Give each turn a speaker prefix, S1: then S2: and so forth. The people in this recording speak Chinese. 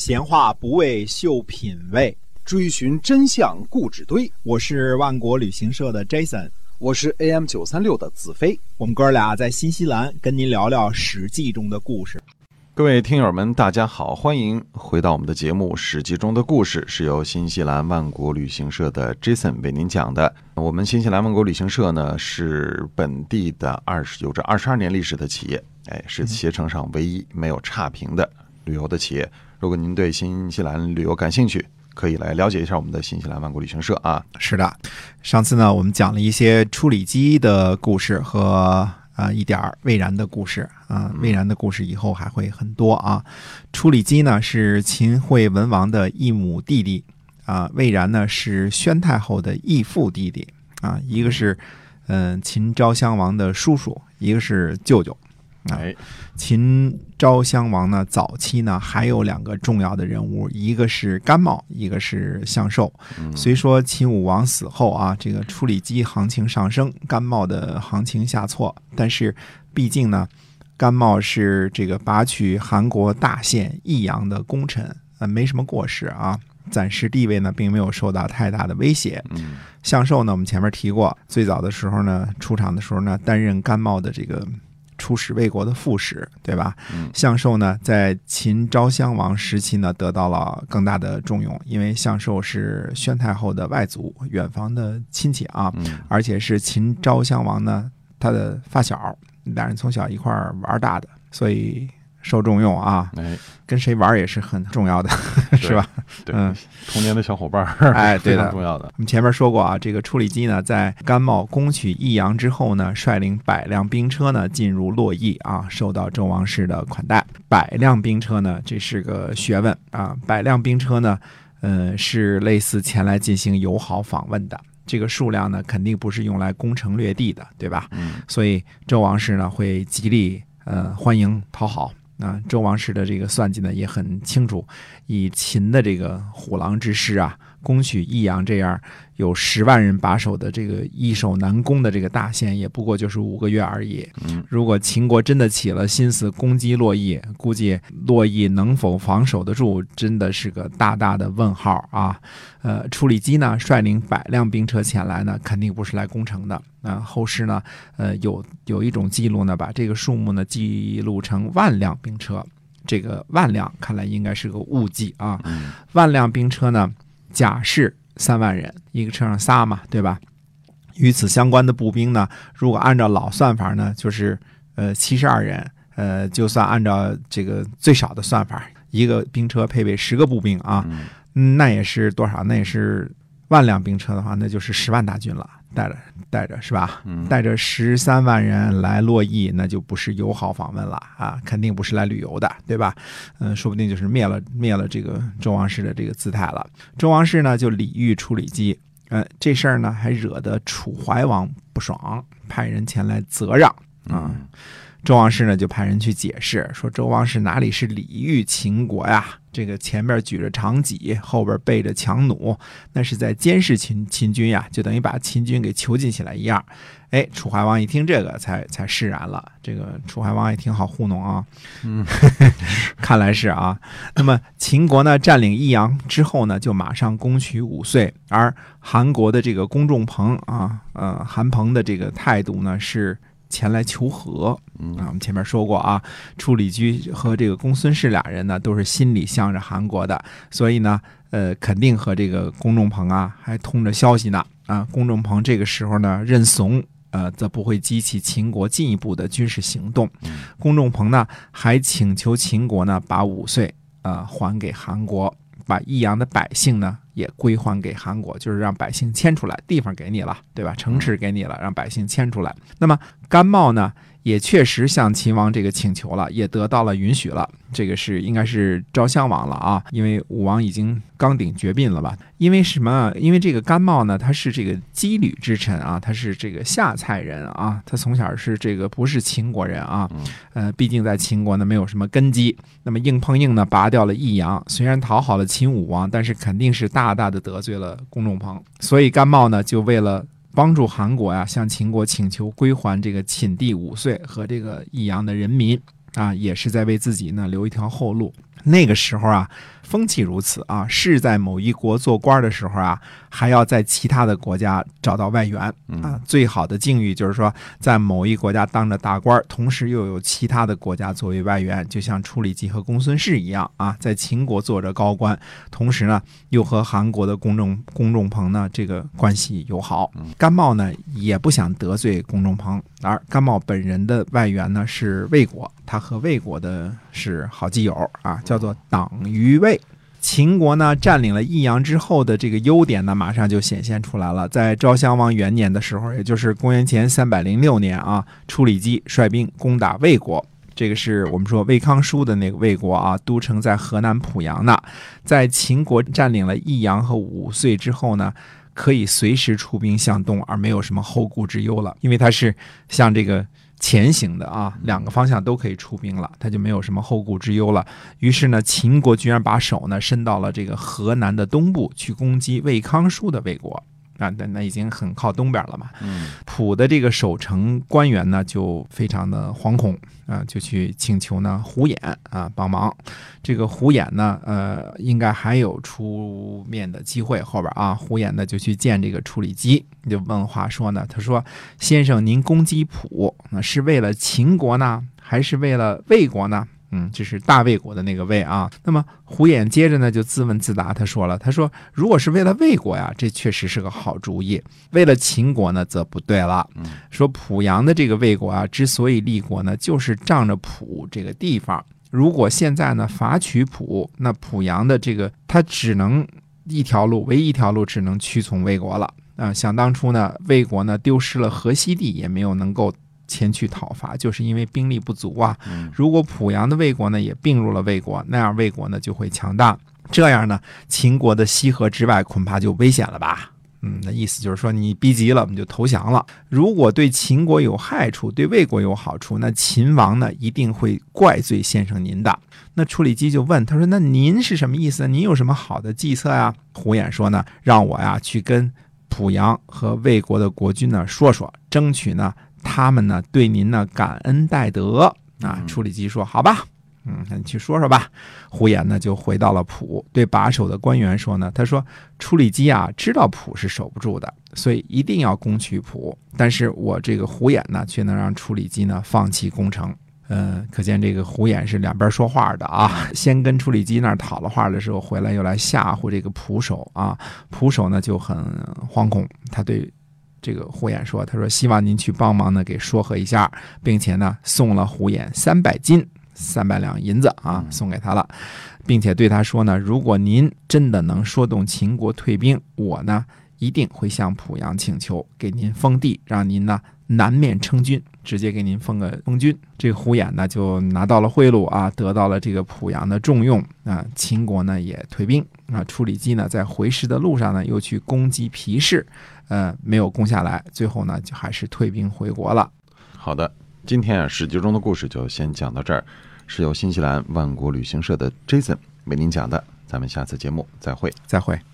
S1: 闲话不为秀品味，
S2: 追寻真相故纸堆。
S1: 我是万国旅行社的 Jason，
S2: 我是 AM936 的子飞。
S1: 我们哥俩在新西兰跟您聊聊《史记》中的故事。
S3: 各位听友们大家好，欢迎回到我们的节目《史记》中的故事，是由新西兰万国旅行社的 Jason 为您讲的。我们新西兰万国旅行社呢，是本地的有着22年历史的企业，是携程上唯一没有差评的旅游的企业。如果您对新西兰旅游感兴趣，可以来了解一下我们的新西兰万国旅行社啊。
S1: 是的，上次呢我们讲了一些处理机的故事和一点魏然的故事啊，魏然的故事以后还会很多啊。处理机呢是秦惠文王的异母弟弟啊，魏然呢是宣太后的异父弟弟啊，一个是秦昭襄王的叔叔，一个是舅舅。秦昭襄王呢早期呢还有两个重要的人物，一个是甘茂，一个是向寿。虽说秦武王死后啊，这个处理机行情上升，甘茂的行情下挫，但是毕竟呢甘茂是这个拔取韩国大县益阳的功臣，没什么过失啊，暂时地位呢并没有受到太大的威胁。向寿呢我们前面提过，最早的时候呢出场的时候呢担任甘茂的这个出使魏国的副使，对吧？向寿呢在秦昭襄王时期呢得到了更大的重用，因为向寿是宣太后的外族，远房的亲戚啊，而且是秦昭襄王呢他的发小，两人从小一块玩大的，所以受重用啊，跟谁玩也是很重要的，是吧？
S3: 对，童年的小伙伴，对的，非常重要的。
S1: 我们前面说过啊，这个处理机呢，在甘茂攻取益阳之后呢，率领100辆兵车呢进入洛邑啊，受到周王室的款待。100辆兵车呢，这是个学问啊。100辆兵车呢，是类似前来进行友好访问的。这个数量呢，肯定不是用来攻城略地的，对吧？所以周王室呢会极力欢迎讨好。周王室的这个算计呢也很清楚，以秦的这个虎狼之师啊，攻取益阳这样有10万人把守的这个易守难攻的这个大县，也不过就是5个月而已。如果秦国真的起了心思攻击洛邑，估计洛邑能否防守得住，真的是个大大的问号啊！处理机呢率领100辆兵车前来呢，肯定不是来攻城的。后世呢，有一种记录呢，把这个数目呢记录成万辆兵车。这个万辆看来应该是个误记啊。万辆兵车呢，甲士3万人，一个车上仨嘛，对吧？与此相关的步兵呢，如果按照老算法呢，就是72人。就算按照这个最少的算法，一个兵车配备10个步兵啊，那也是多少？那也是万辆兵车的话，那就是10万大军了。带着是吧？带着13万人来洛邑，那就不是友好访问了啊，肯定不是来旅游的，对吧？说不定就是灭了这个周王室的这个姿态了。周王室呢就礼遇处理机，这事儿呢还惹得楚怀王不爽，派人前来责让啊。周王室呢就派人去解释，说周王室哪里是礼遇秦国呀？这个前边举着长戟，后边背着强弩，那是在监视秦军呀，就等于把秦军给囚禁起来一样。楚怀王一听这个才释然了。这个楚怀王也挺好糊弄啊。看来是啊。那么秦国呢占领益阳之后呢，就马上攻取5岁，而韩国的这个公仲朋啊，韩彭的这个态度呢是前来求和。我们前面说过啊，处理机和这个公孙氏俩人呢都是心里向着韩国的，所以呢肯定和这个公仲朋啊还通着消息呢啊。公仲朋这个时候呢认怂，则不会激起秦国进一步的军事行动。公仲朋呢还请求秦国呢把5岁还给韩国，把益阳的百姓呢也归还给韩国，就是让百姓迁出来，地方给你了，对吧？城池给你了，让百姓迁出来。那么甘茂呢也确实向秦王这个请求了，也得到了允许了。这个是应该是昭襄王了啊，因为武王已经刚鼎绝膑了吧？因为什么？因为这个甘茂呢，他是这个羁旅之臣啊，他是这个下蔡人啊，他从小是这个不是秦国人啊，毕竟在秦国呢没有什么根基。那么硬碰硬呢拔掉了益阳，虽然讨好了秦武王，但是肯定是大大的得罪了公仲朋，所以甘茂呢就为了帮助韩国呀，向秦国请求归还这个寝地5岁和这个益阳的人民啊，也是在为自己呢留一条后路。那个时候啊， 风气如此啊，是在某一国做官的时候啊，还要在其他的国家找到外援啊。最好的境遇就是说，在某一国家当着大官，同时又有其他的国家作为外援，就像处理机和公孙氏一样啊，在秦国做着高官，同时呢又和韩国的公仲朋呢这个关系友好。甘茂呢也不想得罪公仲朋，而甘茂本人的外援呢是魏国，他和魏国的是好基友啊，叫做党于魏。秦国呢占领了益阳之后的这个优点呢，马上就显现出来了。在昭襄王元年的时候，也就是公元前306年啊，处理机率兵攻打魏国。这个是我们说魏康叔的那个魏国啊，都城在河南濮阳呢。在秦国占领了益阳和五岁之后呢，可以随时出兵向东，而没有什么后顾之忧了，因为它是像这个前行的啊，两个方向都可以出兵了，他就没有什么后顾之忧了。于是呢，秦国居然把手呢伸到了这个河南的东部，去攻击魏康叔的魏国啊，那已经很靠东边了嘛。濮的这个守城官员呢就非常的惶恐啊，就去请求呢胡衍啊帮忙。这个胡衍呢应该还有出面的机会，后边啊胡衍呢就去见这个处理机，就问话说呢，他说先生您攻击濮是为了秦国呢还是为了魏国呢？这是大魏国的那个魏啊。那么胡衍接着呢就自问自答，他说如果是为了魏国呀，这确实是个好主意，为了秦国呢则不对了。说濮阳的这个魏国啊，之所以立国呢，就是仗着濮这个地方。如果现在呢伐取濮，那濮阳的这个他只能一条路，唯一一条路只能屈从魏国了啊。想当初呢，魏国呢丢失了河西地，也没有能够前去讨伐，就是因为兵力不足啊。如果濮阳的魏国呢也并入了魏国，那样魏国呢就会强大，这样呢秦国的西河之外恐怕就危险了吧。那意思就是说你逼急了我们就投降了。如果对秦国有害处，对魏国有好处，那秦王呢一定会怪罪先生您的。那处理机就问他说，那您是什么意思？您有什么好的计策呀？胡衍说呢，让我呀去跟濮阳和魏国的国君呢说说，争取呢他们呢对您呢感恩戴德啊。处理机说好吧，那你去说说吧。胡衍呢就回到了濮，对把守的官员说呢，他说处理机啊知道濮是守不住的，所以一定要攻取濮，但是我这个胡衍呢却能让处理机呢放弃攻城。可见这个胡衍是两边说话的啊。先跟处理机那儿讨了话的时候，回来又来吓唬这个濮守啊。濮守呢就很惶恐，他对这个胡衍说，他说希望您去帮忙呢给说和一下，并且呢送了胡衍300金，300两银子啊，送给他了，并且对他说呢，如果您真的能说动秦国退兵，我呢一定会向濮阳请求，给您封地，让您呢南面称君，直接给您封个封君。这个胡衍呢就拿到了贿赂啊，得到了这个濮阳的重用啊。秦国呢也退兵啊。处理机呢在回师的路上呢又去攻击皮氏，没有攻下来，最后呢就还是退兵回国了。
S3: 好的，今天啊史记中的故事就先讲到这儿，是由新西兰万国旅行社的 Jason 为您讲的，咱们下次节目再会。